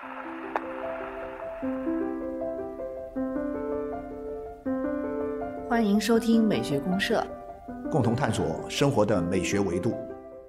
欢迎收听美学公社， 共同探索生活的美学维度。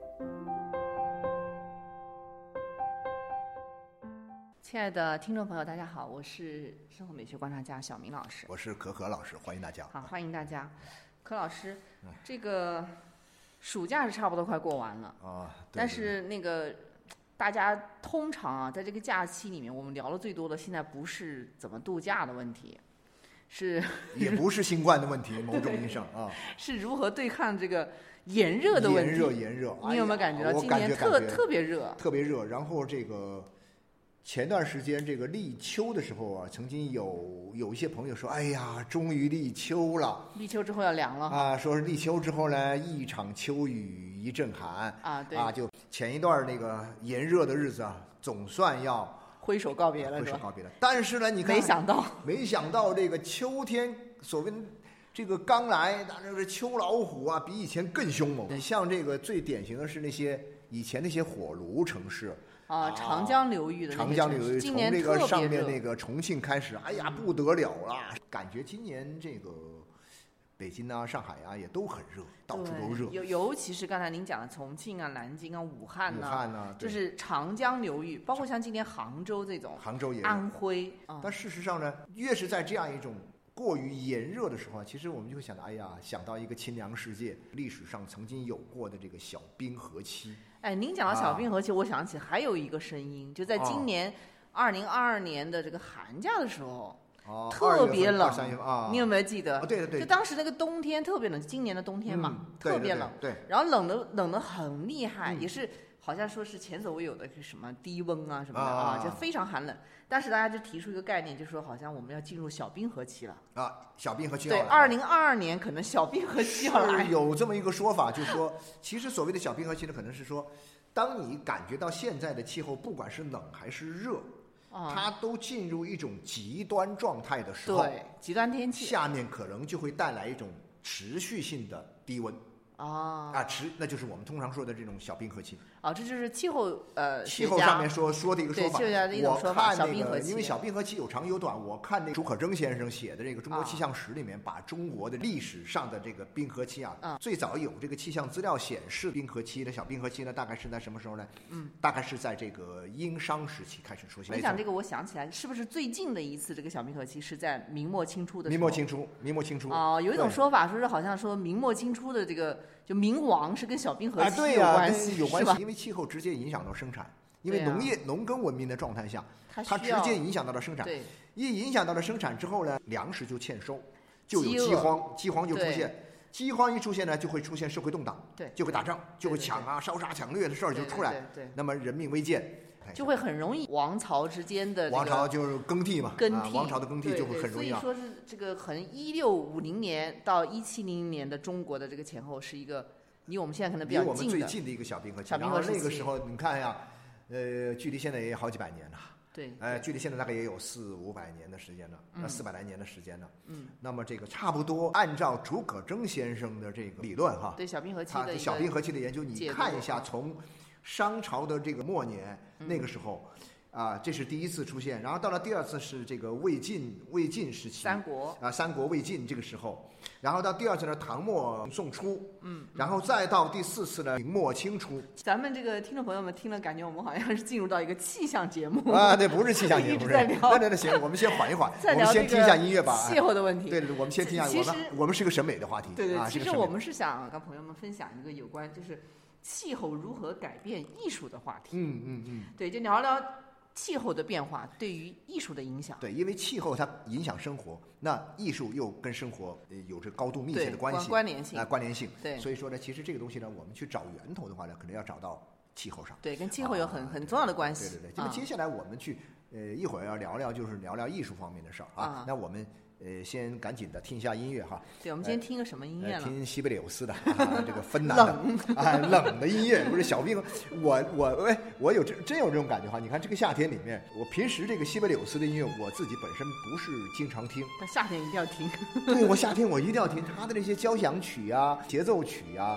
亲爱的听众朋友，大家好，我是生活美学观察家小明老师， 我是可可老师，欢迎大家。 好，欢迎大家。可老师，这个暑假是差不多快过完了啊， 但是那个大家通常啊，在这个假期里面，我们聊的最多的，现在不是怎么度假的问题，是也不是新冠的问题，某种意义上啊， 是如何对抗这个炎热的问题。 炎热， 你有没有感觉到今年特别热？ 特别热。然后这个前段时间这个立秋的时候啊，曾经有一些朋友说：“哎呀，终于立秋了！ 立秋之后要凉了啊！”说是立秋之后呢，一场秋雨一阵寒啊，对啊，就前一段那个炎热的日子啊，总算要挥手告别了， 挥手告别了。但是呢，你看，没想到这个秋天所谓这个刚来，但是秋老虎啊，比以前更凶猛。像这个最典型的是那些以前那些火炉城市。 长江流域的长江流域， 今年从这个上面那个重庆开始，哎呀不得了了！感觉今年这个北京啊、上海啊也都很热，到处都热。 尤其是刚才您讲的重庆啊、南京啊、武汉啊， 就是长江流域，包括像今年杭州这种， 杭州也安徽。 但事实上呢，越是在这样一种过于炎热的时候，其实我们就会想到，哎呀，想到一个清凉世界，历史上曾经有过的这个小冰河期。 哎，您讲到小冰河期，我想起还有一个声音，就在今年2022年的这个寒假的时候，特别冷。你有没有记得？ 对。 就当时那个冬天特别冷，今年的冬天嘛，特别冷。 对。 然后冷得很厉害，也是好像说是前所未有的什么低温啊什么的啊，就非常寒冷。但是大家就提出一个概念，就说好像我们要进入小冰河期了啊，小冰河期对，2022年可能小冰河期要来。 有这么一个说法，就是说，其实所谓的小冰河期呢，可能是说，当你感觉到现在的气候不管是冷还是热，它都进入一种极端状态的时候， 对，极端天气下面可能就会带来一种持续性的低温。那就是我们通常说的这种小冰河期。 这就是气候上面说的一个说法。 我看那个，因为小冰河期有长有短，我看那个竺可桢先生写的这个《中国气象史》里面，把中国的历史上的这个冰河期最早有这个气象资料显示，冰河期的小冰河期呢，大概是在什么时候呢？大概是在这个殷商时期开始出现。 你讲这个，我想起来，是不是最近的一次这个小冰河期是在明末清初的时候？ 明末清初。 有一种说法说是好像说明末清初的这个就明亡是跟小冰河期有关系， 有关系，因为气候直接影响到生产，因为农耕文明的状态下，它直接影响到了生产。一影响到了生产之后呢，粮食就欠收，就有饥荒就出现。饥荒一出现呢，就会出现社会动荡，就会打仗，就会抢烧杀抢掠的事儿就出来。那么人命危贱， 就会很容易王朝之间的王朝就是更替嘛，王朝的更替就会很容易。 所以说是这个可能1650年到1700年的中国的这个前后是一个离我们现在可能比较近的， 离我们最近的一个小冰河期。然后那个时候你看呀，距离现在也有好几百年了。 对， 距离现在大概也有400-500年的时间了，400来年的时间了。那么这个差不多按照竺可桢先生的这个理论对小冰河期的研究，你看一下，从商朝的这个末年那个时候。这是第一次出现，然后到了第二次是这个魏晋时期，三国魏晋这个时候，然后到第二次呢唐末宋初，然后再到第四次呢明末清初。 咱们这个听众朋友们听了，感觉我们好像是进入到一个气象节目对，不是气象节目， 一直在聊。 那行，我们先缓一缓， 我们先听一下音乐吧。 气候的问题， 对，我们先听一下。我们是个审美的话题， 对，其实我们是想跟朋友们分享一个有关就是气候如何改变艺术的话题。对，就聊聊气候的变化对于艺术的影响。 对，因为气候它影响生活，那艺术又跟生活有着高度密切的关系、 关联性。 对，所以说呢，其实这个东西呢，我们去找源头的话呢，可能要找到气候上。 对，跟气候有很重要的关系。 对。那么接下来我们去一会儿要聊聊艺术方面的事儿那我们先赶紧的听一下音乐哈。 对，我们今天听个什么音乐呢？ 听西贝柳斯的这个芬兰的冷的音乐，不是小冰。我真有这种感觉哈。你看这个夏天里面，我平时这个西贝柳斯的音乐，我自己本身不是经常听， 但夏天一定要听。 对，夏天我一定要听他的那些交响曲啊、节奏曲啊。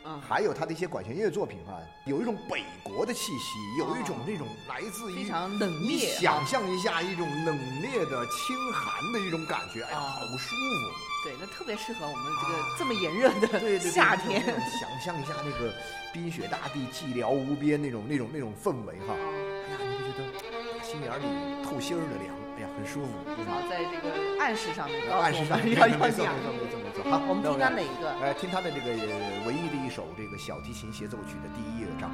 还有他的一些管弦乐作品有一种北国的气息，有一种那种来自于非常冷冽， 你想象一下一种冷冽的清寒的一种感觉，好舒服。 对，那特别适合我们这个这么炎热的夏天。 想象一下那个冰雪大地、寂寥无边那种氛围哎呀，你会觉得心眼里透心儿的凉，哎呀，很舒服。 至少在这个暗示上面， 暗示上要没错。 好，我们听他哪一个？ 听他的这个唯一的一首这个小提琴协奏曲的第一乐章。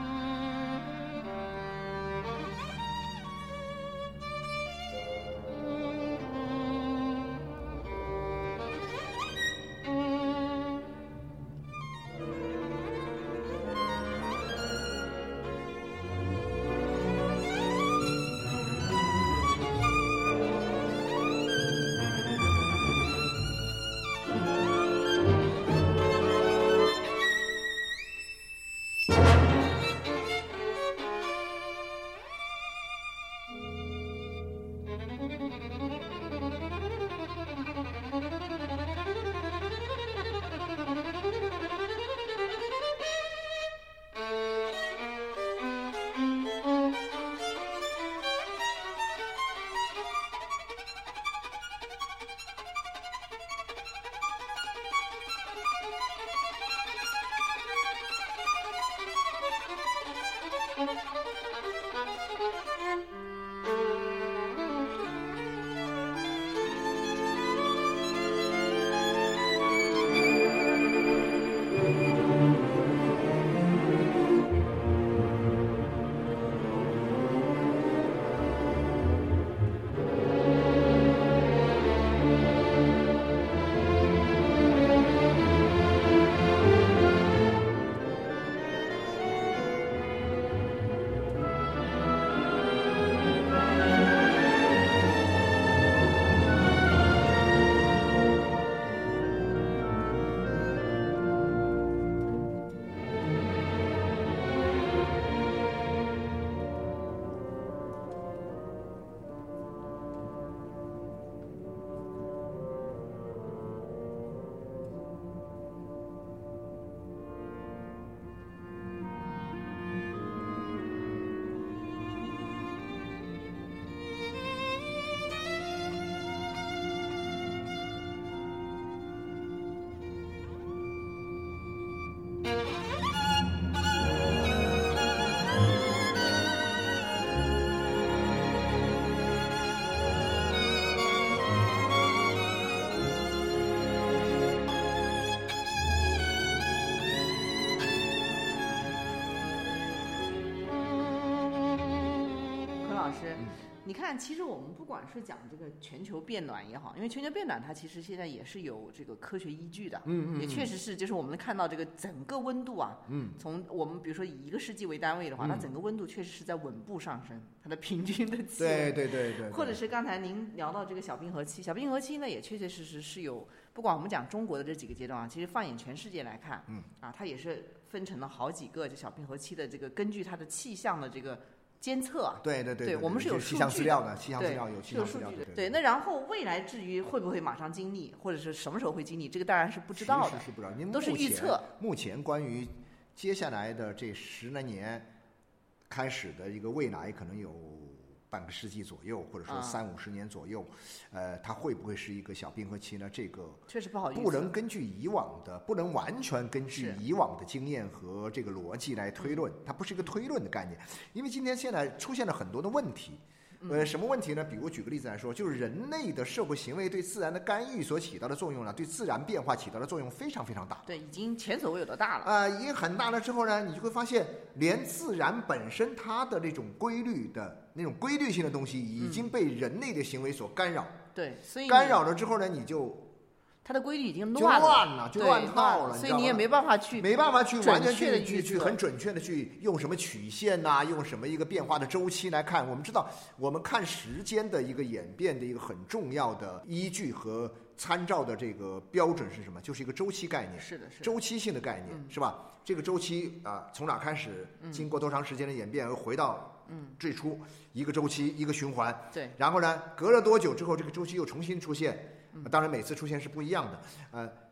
你看，其实我们不管是讲这个全球变暖也好，因为全球变暖它其实现在也是有这个科学依据的，也确实是，就是我们看到这个整个温度从我们比如说以1个世纪为单位的话，它整个温度确实是在稳步上升，它的平均的气温， 对， 或者是刚才您聊到这个小冰河期，小冰河期呢也确确实实是有，不管我们讲中国的这几个阶段其实放眼全世界来看，它也是分成了好几个这小冰河期的这个根据它的气象的这个监测对， 我们是有气象资料的，气象资料有气象资料的。 对，那然后未来至于会不会马上经历，或者是什么时候会经历，这个当然是不知道的， 是不知道， 都是预测。 目前关于接下来的这10来年开始的一个未来，可能有半个世纪左右，或者说30-50年左右，它会不会是一个小冰河期呢？这个确实不好预测， 不能根据以往的，不能完全根据以往的经验和这个逻辑来推论，它不是一个推论的概念，因为现在出现了很多的问题。什么问题呢？比如举个例子来说，就是人类的社会行为对自然的干预所起到的作用呢，对自然变化起到的作用非常非常大。 对，已经前所未有的大了。 已经很大了之后呢，你就会发现，连自然本身它的那种规律的那种规律性的东西，已经被人类的行为所干扰。 对，所以干扰了之后呢，你就。 它的规律已经乱了，就乱套了， 所以你也没办法去完全去很准确的去用什么曲线用什么一个变化的周期来看。我们知道，我们看时间的一个演变的一个很重要的依据和参照的这个标准是什么？就是一个周期概念， 是的， 周期性的概念，是吧？这个周期从哪开始，经过多长时间的演变而回到最初一个周期一个循环， 对， 然后呢，隔了多久之后，这个周期又重新出现。当然每次出现是不一样的，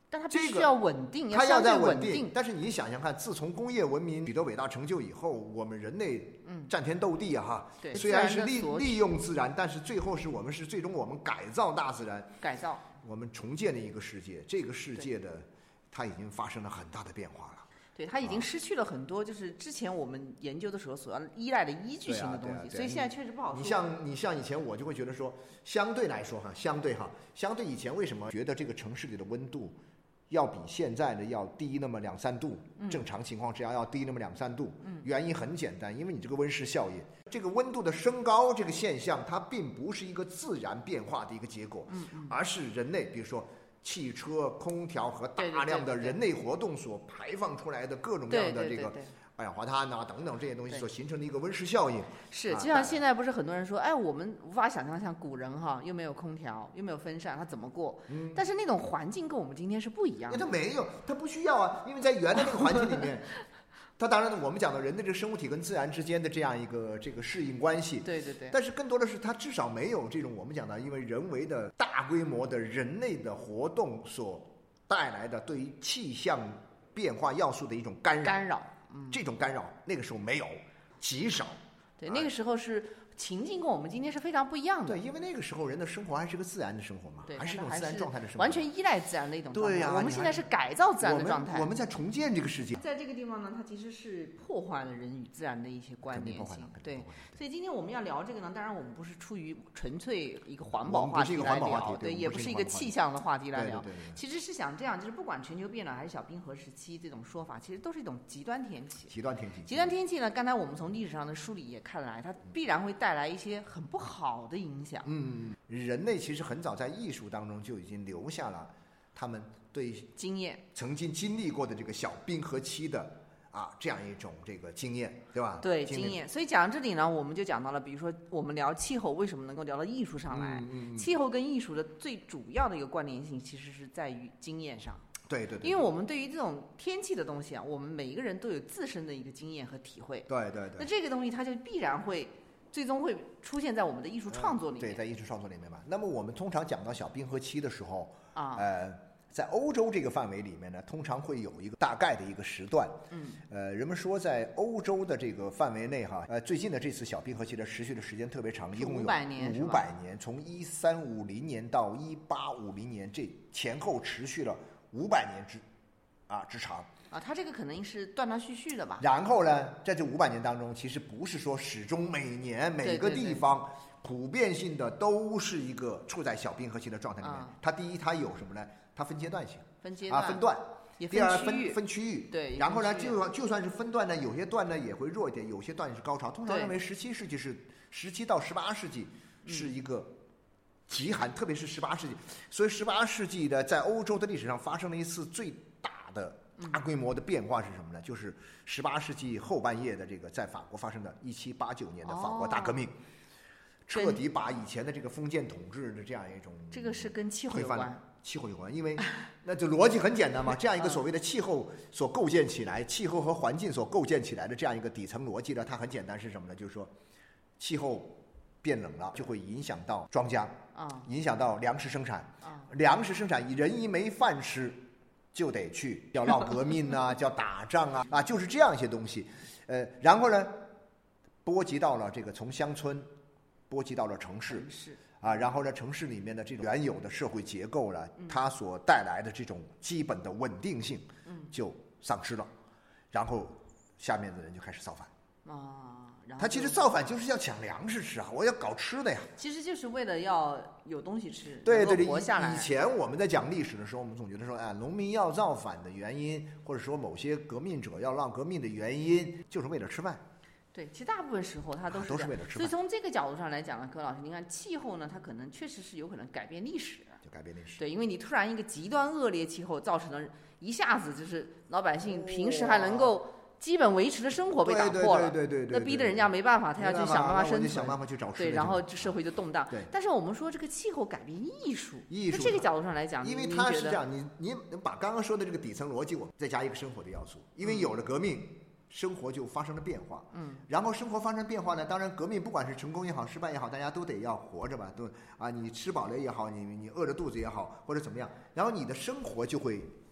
但它必须要稳定， 它要在稳定。但是你想想看，自从工业文明取得伟大成就以后，我们人类战天斗地对， 虽然是利用自然，但是最后最终我们改造大自然，我们重建了一个世界。这个世界的它已经发生了很大的变化了。 对，它已经失去了很多，就是之前我们研究的时候所要依赖的依据性的东西，所以现在确实不好说。 你像以前我就会觉得说，相对来说相对以前为什么觉得这个城市里的温度要比现在的要低那么2-3度，正常情况之下要低那么2-3度，原因很简单，因为你这个温室效应，这个温度的升高这个现象，它并不是一个自然变化的一个结果，而是人类，比如说汽车、空调和大量的人类活动所排放出来的各种各样的这个二氧化碳啊等等这些东西所形成的一个温室效应。 是，就像现在不是很多人说，哎，我们无法想象像古人又没有空调，又没有风扇，他怎么过？但是那种环境跟我们今天是不一样的。 他没有，他不需要啊，因为在原来那个环境里面。它当然，我们讲的人的这个生物体跟自然之间的这样一个这个适应关系， 对。 但是更多的是它至少没有这种我们讲的，因为人为的大规模的人类的活动所带来的对于气象变化要素的一种干扰。这种干扰那个时候没有，极少。 对，那个时候是情境跟我们今天是非常不一样的。 对，因为那个时候人的生活还是个自然的生活嘛，还是一种自然状态的生活， 完全依赖自然的一种状态。 对呀， 我们现在是改造自然的状态。 我们在重建这个世界。 在这个地方呢，它其实是破坏了人与自然的一些关联性。对，所以今天我们要聊这个呢，当然我们不是出于纯粹一个环保话题来聊，对，也不是一个气象的话题来聊。其实是想这样，就是不管全球变暖还是小冰河时期这种说法，其实都是一种极端天气。极端天气呢，刚才我们从历史上的梳理也看来，它必然会带来一些很不好的影响。 人类其实很早在艺术当中就已经留下了他们对经验曾经经历过的这个小冰河期的这样一种这个经验，对吧？ 对，经验。所以讲到这里呢，我们就讲到了，比如说我们聊气候为什么能够聊到艺术上来，气候跟艺术的最主要的一个关联性其实是在于经验上。 对， 因为我们对于这种天气的东西我们每一个人都有自身的一个经验和体会。 对。 那这个东西它就必然会最终会出现在我们的艺术创作里面。 对，在艺术创作里面吧。那么我们通常讲到小冰河期的时候在欧洲这个范围里面呢，通常会有一个大概的一个时段。人们说在欧洲的这个范围内最近的这次小冰河期的持续的时间特别长，一共有 500年， 从1350年到1850年，这前后持续了500年之长。 它这个可能是断断续续的吧。 然后呢，在这500年当中，其实不是说始终每年每个地方普遍性的都是一个处在小冰河期的状态里面。它第一，它有什么呢？它分阶段性，分段。第二，分区域。 对。 然后呢，就算是分段呢，有些段呢也会弱一点，有些段是高潮。通常认为17世纪是17到18世纪是一个极寒，特别是18世纪。所以18世纪的在欧洲的历史上发生了一次最大规模的变化是什么呢？就是18世纪后半叶的这个在法国发生的1789年的法国大革命，彻底把以前的这个封建统治的这样一种这个是跟气候有关，因为那就逻辑很简单嘛，这样一个所谓的气候所构建起来，气候和环境所构建起来的这样一个底层逻辑呢，它很简单是什么呢？就是说气候变冷了就会影响到庄稼，影响到粮食生产，粮食生产人一没饭吃就得去叫闹革命叫打仗就是这样一些东西，然后呢，波及到了这个从乡村，波及到了城市，然后呢，城市里面的这种原有的社会结构呢，它所带来的这种基本的稳定性，就丧失了，然后下面的人就开始造反。他其实造反就是要抢粮食吃我要搞吃的呀。 其实就是为了要有东西吃， 对， 活下来。 以前我们在讲历史的时候，我们总觉得说，农民要造反的原因，或者说某些革命者要闹革命的原因，就是为了吃饭。 对，其实大部分时候它都是为了吃饭。 所以从这个角度上来讲呢，柯老师，您看气候呢，它可能确实是有可能改变历史。 就改变历史。 对，因为你突然一个极端恶劣气候造成了一下子就是老百姓平时还能够基本维持的生活被打破了， 对， 那逼得人家没办法，他要去想办法生存， 想办法去找吃。 对，然后社会就动荡。 对， 但是我们说这个气候改变艺术，在这个角度上来讲， 因为它是这样，你把刚刚说的这个底层逻辑，我再加一个生活的要素，因为有了革命，生活就发生了变化。然后生活发生变化呢，当然革命不管是成功也好，失败也好，大家都得要活着吧，都你吃饱了也好，你饿着肚子也好，或者怎么样，然后你的生活就会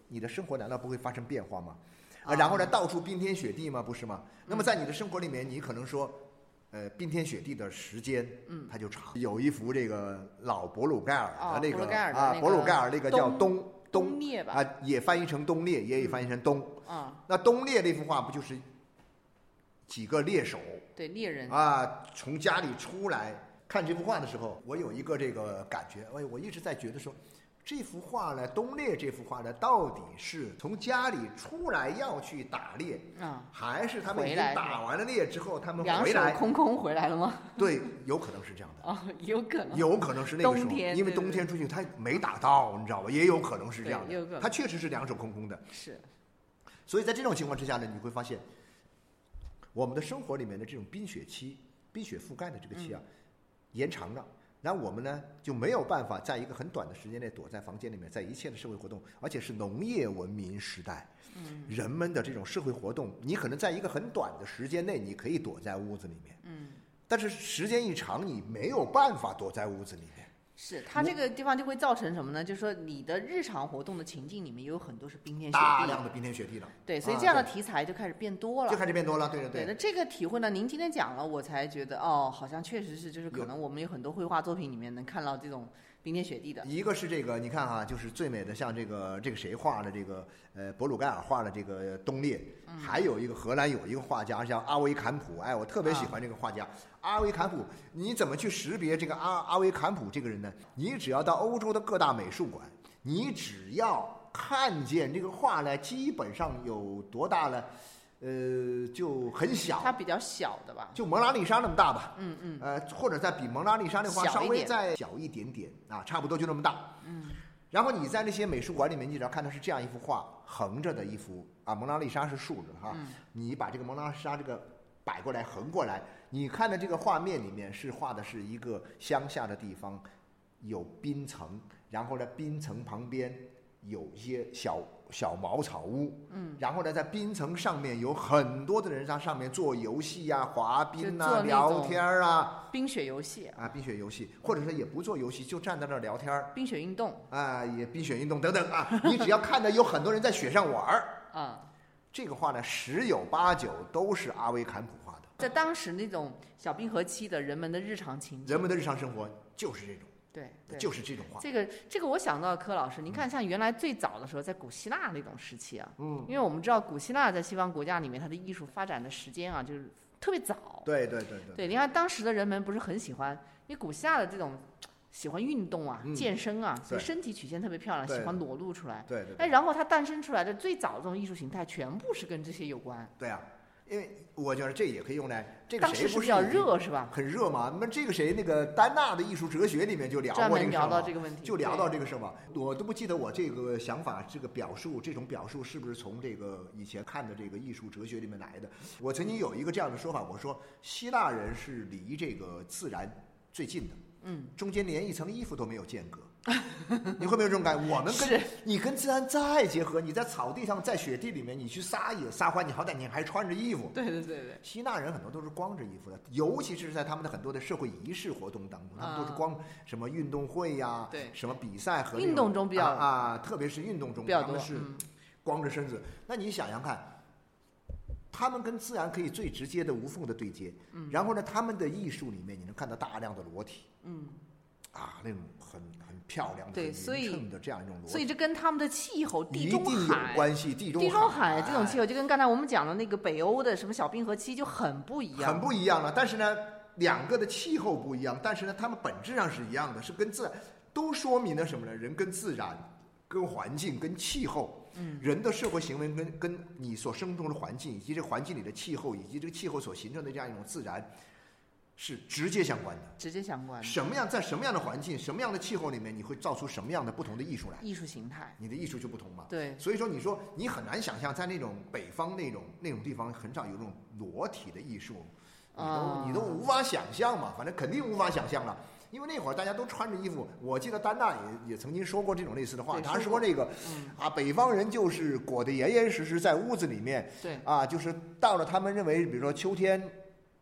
你的生活难道不会发生变化吗？然后呢，到处冰天雪地吗？不是吗？那么在你的生活里面，你可能说，冰天雪地的时间，它就长。有一幅这个老博鲁盖尔的那个博鲁盖尔那个叫冬烈吧， 也翻译成冬烈，也翻译成冬。那冬烈那幅画不就是几个猎手？ 对，猎人从家里出来看这幅画的时候，我有一个这个感觉，我一直在觉得说。这幅画呢，冬猎这幅画呢，到底是从家里出来要去打猎，还是他们已经打完了猎之后，他们回来两手空空回来了吗？ 对，有可能是这样的。有可能是那个时候，因为冬天出去他没打到，你知道吧？也有可能是这样的，他确实是两手空空的。 是。 所以在这种情况之下呢，你会发现，我们的生活里面的这种冰雪期、冰雪覆盖的这个期延长了。然后我们呢就没有办法在一个很短的时间内躲在房间里面，在一切的社会活动，而且是农业文明时代，人们的这种社会活动，你可能在一个很短的时间内，你可以躲在屋子里面，但是时间一长，你没有办法躲在屋子里面。 是，它这个地方就会造成什么呢？就是说你的日常活动的情境里面也有很多是冰天雪地， 大量的冰天雪地了。 对，所以这样的题材就开始变多了， 对。 那这个体会呢，您今天讲了，我才觉得好像确实是，就是可能我们有很多绘画作品里面能看到这种冰天雪地的。 一个是这个，你看就是最美的，像这个谁画的这个博鲁盖尔画的这个冬猎，还有一个荷兰有一个画家叫阿维坎普，我特别喜欢这个画家。阿维坎普，你怎么去识别这个阿维坎普这个人呢？你只要到欧洲的各大美术馆，你只要看见这个画呢，基本上有多大呢？就很小， 它比较小的吧， 就蒙娜丽莎那么大吧，或者再比蒙娜丽莎那画稍微再小一点点差不多就那么大，然后你在那些美术馆里面，你只要看到是这样一幅画，横着的一幅蒙娜丽莎是竖着哈，你把这个蒙娜丽莎这个摆过来，横过来，你看的这个画面里面是画的是一个乡下的地方，有冰层，然后呢，冰层旁边有一些小茅草屋，然后呢，在冰层上面有很多的人在上面做游戏滑冰聊天冰雪游戏冰雪游戏，或者是也不做游戏，就站在那儿聊天， 冰雪运动也冰雪运动等等你只要看到有很多人在雪上玩这个画呢，10有89都是阿维坎普画的。 在当时那种小冰河期的人们的日常情景， 人们的日常生活就是这种。 对， 就是这种画。 这个我想到柯老师，您看，像原来最早的时候，在古希腊那种时期因为我们知道古希腊在西方国家里面，它的艺术发展的时间就是特别早。 对， 你看当时的人们不是很喜欢，因为古希腊的这种喜欢运动健身所以身体曲线特别漂亮，喜欢裸露出来。 对。 然后它诞生出来的最早的这种艺术形态，全部是跟这些有关。 对因为我觉得这也可以用来，这个谁不是比较热是吧？ 很热嘛。那么这个谁，那个丹纳的艺术哲学里面就聊过这个问题，就聊到这个事嘛。我都不记得我这个想法，这种表述是不是从这个以前看的这个艺术哲学里面来的？我曾经有一个这样的说法，我说希腊人是离这个自然最近的，中间连一层衣服都没有间隔。你会没有这种感觉？我们你跟自然再结合，你在草地上，在雪地里面，你去撒野撒欢，你好歹你还穿着衣服。 对。 希腊人很多都是光着衣服的，尤其是在他们的很多的社会仪式活动当中，他们都是光什么运动会什么比赛和运动中比较特别是运动中他们是光着身子。那你想想看，他们跟自然可以最直接的无缝的对接。然后呢，他们的艺术里面你能看到大量的裸体。那种很漂亮的、很匀称的这样一种裸体， 所以这跟他们的气候，地中海有关系。地中海这种气候，就跟刚才我们讲的那个北欧的什么小冰河期就很不一样， 很不一样了。但是呢，两个的气候不一样，但是呢，他们本质上是一样的，是跟自然都说明了什么呢？人跟自然、跟环境、跟气候，人的社会行为跟你所生活的环境，以及这个环境里的气候，以及这个气候所形成的这样一种自然。是直接相关的，在什么样的环境、什么样的气候里面，你会造出什么样的不同的艺术来？ 艺术形态， 你的艺术就不同嘛。 对， 所以说你说你很难想象，在那种北方那种地方，很少有那种裸体的艺术，你都无法想象嘛。反正肯定无法想象了，因为那会儿大家都穿着衣服。我记得丹娜也曾经说过这种类似的话，他说那个北方人就是裹得严严实实在屋子里面， 对就是到了他们认为，比如说秋天。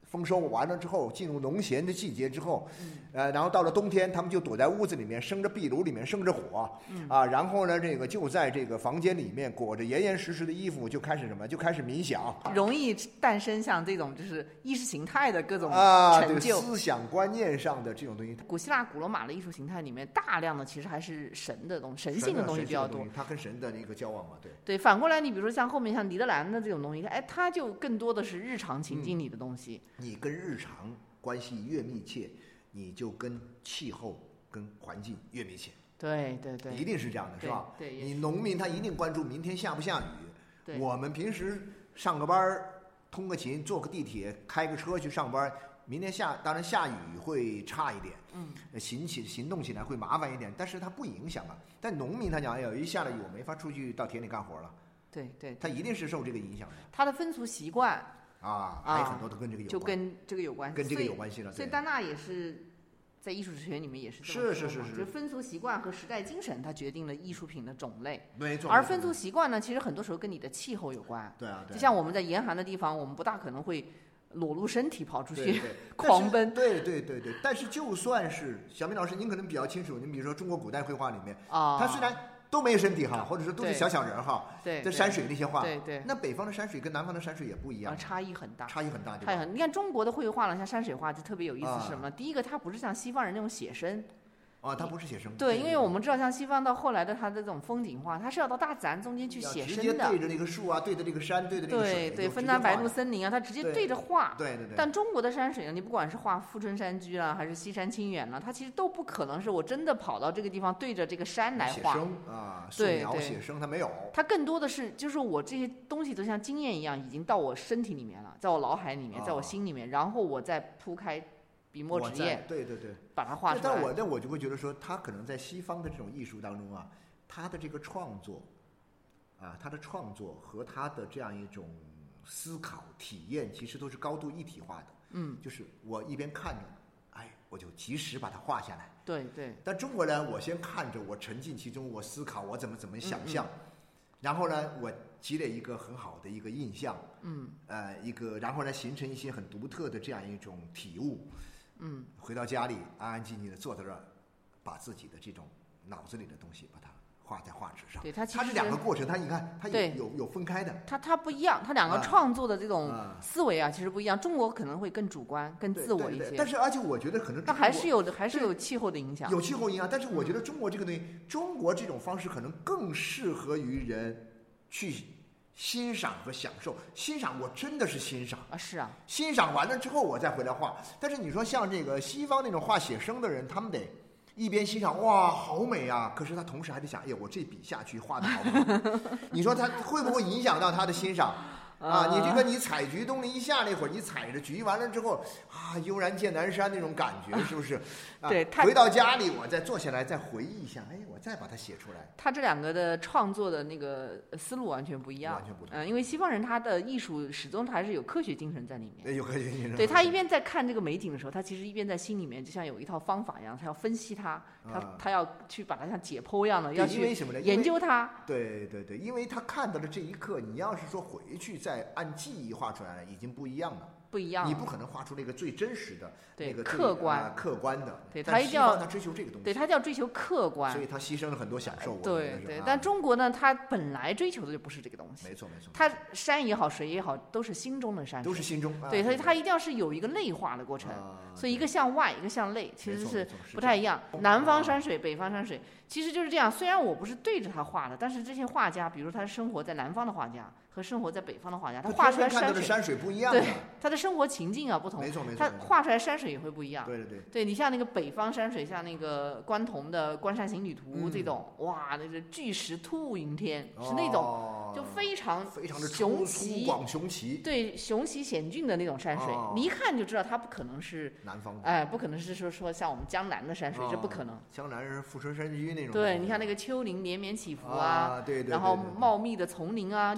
丰收完了之后，进入农闲的季节之后，然后到了冬天，他们就躲在屋子里面，生着壁炉里面生着火，然后呢，这个就在这个房间里面裹着严严实实的衣服，就开始什么？就开始冥想， 容易诞生像这种就是意识形态的各种成就， 思想观念上的这种东西。 古希腊、古罗马的艺术形态里面，大量的其实还是神的东西，神性的东西比较多。 它跟神的一个交往嘛，对。 对，反过来，你比如说像后面像尼德兰的这种东西，它就更多的是日常情境里的东西。 你跟日常关系越密切，你就跟气候、跟环境越密切。 对， 一定是这样的，是吧？ 对， 你农民他一定关注明天下不下雨。 对， 我们平时上个班，通个勤，坐个地铁，开个车去上班，明天当然下雨会差一点，行动起来会麻烦一点，但是它不影响啊。但农民他讲，一下了雨，我没法出去到田里干活了。 对， 他一定是受这个影响的。 他的风俗习惯还有很多都跟这个有关， 就跟这个有关系， 跟这个有关系了。 所以丹娜也是在艺术史学里面也是这么说，就是风俗习惯和时代精神，它决定了艺术品的种类。 没错。 而风俗习惯呢，其实很多时候跟你的气候有关。 对啊。 就像我们在严寒的地方，我们不大可能会裸露身体跑出去狂奔。 对。但是就算是小明老师，您可能比较清楚，您比如说中国古代绘画里面，它虽然都没有身体哈，或者说都是小人哈，这山水那些画， 对， 那北方的山水跟南方的山水也不一样， 差异很大， 对吧？ 你看中国的绘画呢，像山水画就特别有意思是什么？第一个，它不是像西方人那种写生。 它不是写生。 对，因为我们知道，像西方到后来的它的这种风景画，它是要到大自然中间去写生的，直接对着那个树啊，对着那个山，对着那个水， 对，芬兰白鹿森林啊，它直接对着画。 对。 但中国的山水呢，你不管是画富春山居啦，还是西山清远啦，它其实都不可能是我真的跑到这个地方对着这个山来画。 写生啊，素描写生，它没有。 它更多的是，就是我这些东西都像经验一样，已经到我身体里面了，在我脑海里面，在我心里面，然后我再铺开笔墨纸砚， 对， 把它画出来。 但我就会觉得说，他可能在西方的这种艺术当中啊，他的这个创作，他的创作和他的这样一种思考体验，其实都是高度一体化的。就是我一边看着，我就及时把它画下来。 对。 但中国人，我先看着，我沉浸其中，我思考，我怎么想象，然后呢，我积累一个很好的一个印象，然后呢，形成一些很独特的这样一种体悟。回到家里安安静静的坐在这儿，把自己的这种脑子里的东西把它画在画纸上。 对，它是两个过程，你看它有分开的。 它不一样，它两个创作的这种思维其实不一样。中国可能会更主观、更自我一些。 但是而且我觉得可能它还是有气候的影响。 有气候影响，但是我觉得中国这个东西，中国这种方式可能更适合于人去欣赏和享受。欣赏我真的是欣赏是啊， 欣赏完了之后我再回来画。但是你说像这个西方那种画写生的人，他们得一边欣赏哇好美啊，可是他同时还得想，我这笔下去画的好美。你说他会不会影响到他的欣赏？你这个你采菊东篱下那会儿，你采着菊完了之后悠然见南山那种感觉，是不是？ 对， 回到家里我再坐下来再回忆一下，我再把它写出来。 他这两个的创作的那个思路完全不一样， 完全不同。 因为西方人他的艺术始终还是有科学精神在里面， 有科学精神。 对，他一边在看这个美景的时候，他其实一边在心里面就像有一套方法一样，他要分析它，他要去把它像解剖一样的要去研究它。 对，因为他看到的这一刻，你要是说回去再按记忆画出来，已经不一样了。你不可能画出那个最真实的，那个客观的。 对，他一定要追求这个东西。 对，他就要追求客观， 所以他牺牲了很多享受。 对，但中国呢，他本来追求的就不是这个东西。 没错。 他山也好，水也好，都是心中的山水， 都是心中。 对，所以他一定要是有一个内化的过程。所以一个向外，一个向内，其实是不太一样。南方山水，北方山水，其实就是这样。虽然我不是对着他画的，但是这些画家，比如他生活在南方的画家和生活在北方的画家，他画出来山水不一样。 对，他的生活情境不同。 没错。 他画出来山水也会不一样。 对。 对，你像那个北方山水，像那个关同的《关山行旅图》这种，哇，那个巨石突兀云天，是那种就非常的雄奇， 粗犷雄奇。 对，雄奇险峻的那种山水，你一看就知道它不可能是南方的， 不可能是说像我们江南的山水，这不可能。 江南是富春山居那种。 对，你看那个丘陵连绵起伏对， 然后茂密的丛林就这种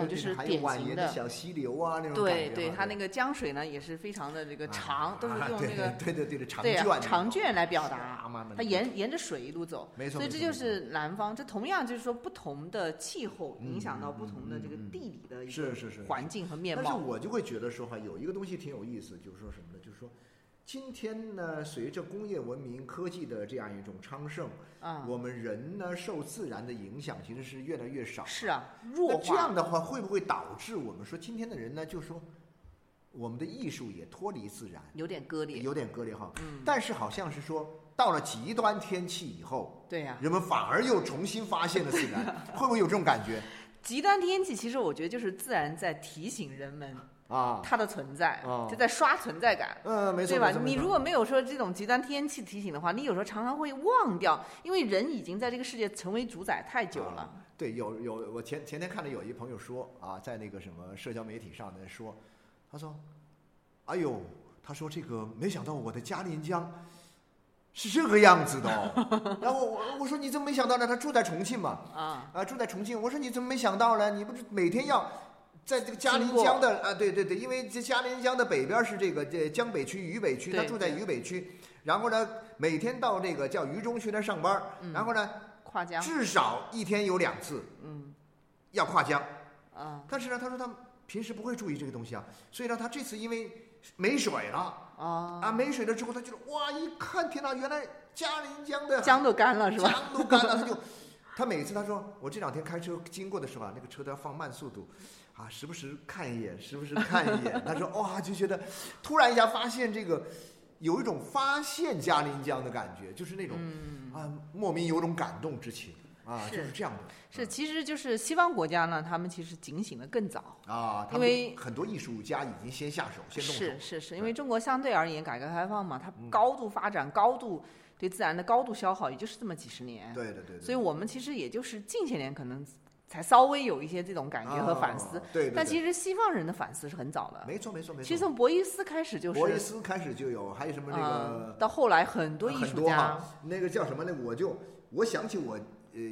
就是典型的小溪流啊那种对对，它那个江水呢也是非常的这个长，都是用那个对长卷来表达，它沿着水一路走， 没错。 所以这就是南方，这同样就是说不同的气候影响到不同的这个地理的一个环境和面貌。 但是我就会觉得说有一个东西挺有意思，就是说什么呢？就是说今天呢，随着工业文明科技的这样一种昌盛，我们人呢受自然的影响其实是越来越少。 是啊，弱化。 这样的话会不会导致我们说今天的人呢，就说我们的艺术也脱离自然， 有点割裂哈。但是好像是说到了极端天气以后， 对呀， 人们反而又重新发现了自然，会不会有这种感觉？ 极端天气其实我觉得就是自然在提醒人们。它的存在，就在刷存在感， 没错， 对吧？你如果没有说这种极端天气提醒的话，你有时候常常会忘掉，因为人已经在这个世界成为主宰太久了。 对，我前天看到有一朋友说在那个什么社交媒体上说，他说，哎呦，他说这个没想到我的嘉陵江是这个样子的然后我说你怎么没想到呢？他住在重庆嘛，住在重庆，我说你怎么没想到呢？你不是每天要在这个嘉陵江的对，因为这嘉陵江的北边是这个江北区渝北区，他住在渝北区，然后呢每天到这个叫渝中区来上班，然后呢跨江至少一天有2次，要跨江，但是呢他说他平时不会注意这个东西所以呢他这次因为没水了没水了之后他觉得哇，一看天哪，原来嘉陵江的江都干了是吧？ 江都干了，他每次他说我这2天开车经过的时候那个车都要放慢速度时不时看一眼他说哇，就觉得突然一下发现这个有一种发现嘉陵江的感觉，就是那种莫名有种感动之情就是这样的。 是，其实就是西方国家呢，他们其实警醒的更早因为很多艺术家已经先下手先动手。是，因为中国相对而言改革开放嘛，它高度发展，高度对自然的高度消耗，也就是这么几十年。 对， 所以我们其实也就是近些年可能才稍微有一些这种感觉和反思， 对， 但其实西方人的反思是很早的， 没错。 其实从博伊斯开始就是博伊斯开始就有，还有什么那个到后来很多艺术家， 那个叫什么呢？我想起我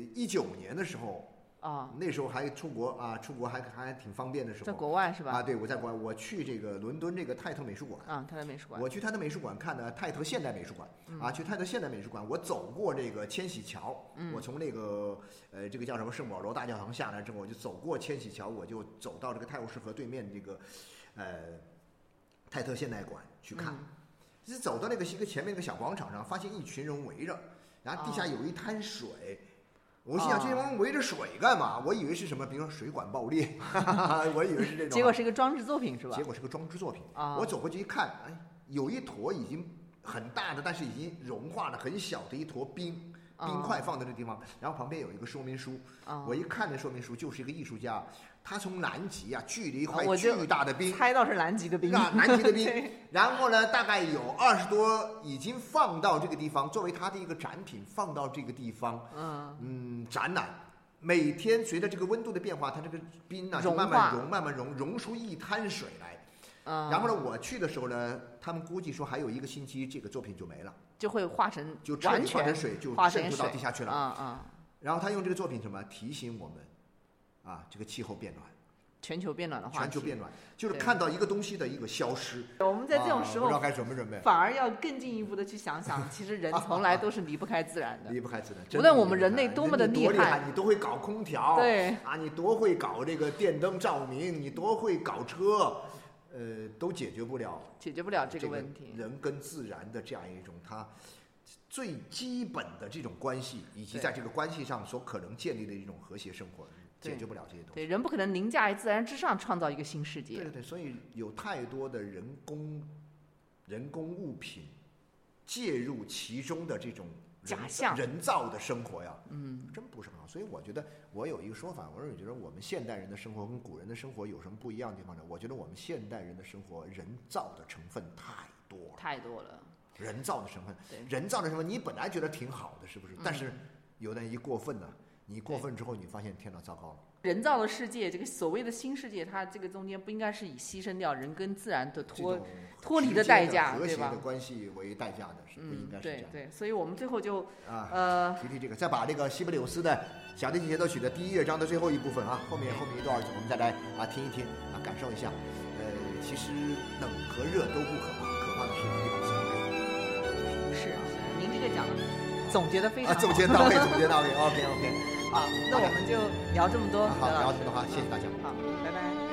19年的时候那时候还出国还挺方便的时候， 在国外是吧？ 对，我在国外，我去这个伦敦这个泰特美术馆泰特美术馆， 我去泰特美术馆看的泰特现代美术馆去泰特现代美术馆，我走过这个千禧桥，我从那个这个叫什么圣保罗大教堂下来之后，我就走过千禧桥，我就走到这个泰晤士河对面这个泰特现代馆去看，就是走到那个前面那个小广场上，发现一群人围着，然后地下有一滩水。我心想，这帮人围着水干嘛？我以为是什么，比如说水管爆裂，我以为是这种。 结果是一个装置作品是吧？ 结果是个装置作品。我走过去一看，有一坨已经很大的，但是已经融化的很小的一坨冰块放在这地方，然后旁边有一个说明书。我一看那说明书，就是一个艺术家，他从南极锯了一块巨大的冰， 猜到是南极的冰， 南极的冰。然后呢，大概有20多已经放到这个地方，作为他的一个展品放到这个地方，展览。每天随着这个温度的变化，它这个冰就慢慢融出一滩水来。然后呢，我去的时候呢，他们估计说还有1个星期，这个作品就没了， 就会化成完全化成水，就渗透到地下去了。 然后他用这个作品什么提醒我们这个气候变暖。 全球变暖的话题， 全球变暖就是看到一个东西的一个消失。 我们在这种时候， 不知道该怎么准备， 反而要更进一步的去想想，其实人从来都是离不开自然的， 离不开自然。 无论我们人类多么的厉害， 你都会搞空调， 对你多会搞这个电灯照明，你多会搞车，都解决不了这个问题。 人跟自然的这样一种它最基本的这种关系，以及在这个关系上所可能建立的一种和谐生活。解决不了这些东西。 对，人不可能凌驾于自然之上创造一个新世界。 对，所以有太多的人工物品介入其中的这种假象人造的生活呀，真不是很好。所以我觉得我有一个说法，我觉得我们现代人的生活跟古人的生活有什么不一样的地方呢？我觉得我们现代人的生活人造的成分太多了，人造的成分，你本来觉得挺好的，是不是？但是有的人一过分呢。你过分之后，你发现天哪，糟糕了！ 人造的世界，这个所谓的新世界，它这个中间不应该是以牺牲掉人跟自然的脱离的代价，对吧？ 和谐的关系为代价的，是不应该是这样。 对，所以我们最后就提这个，再把这个西贝柳斯的小提琴协奏曲的第1乐章的最后一部分啊，后面一段我们再来听一听啊，感受一下。其实冷和热都不可怕，可怕的是一往情愿。 是，您这个讲的总结的非常好， 总结到位，OK。 好，那我们就聊这么多。 好，聊这么多，好，谢谢大家。 好，拜拜。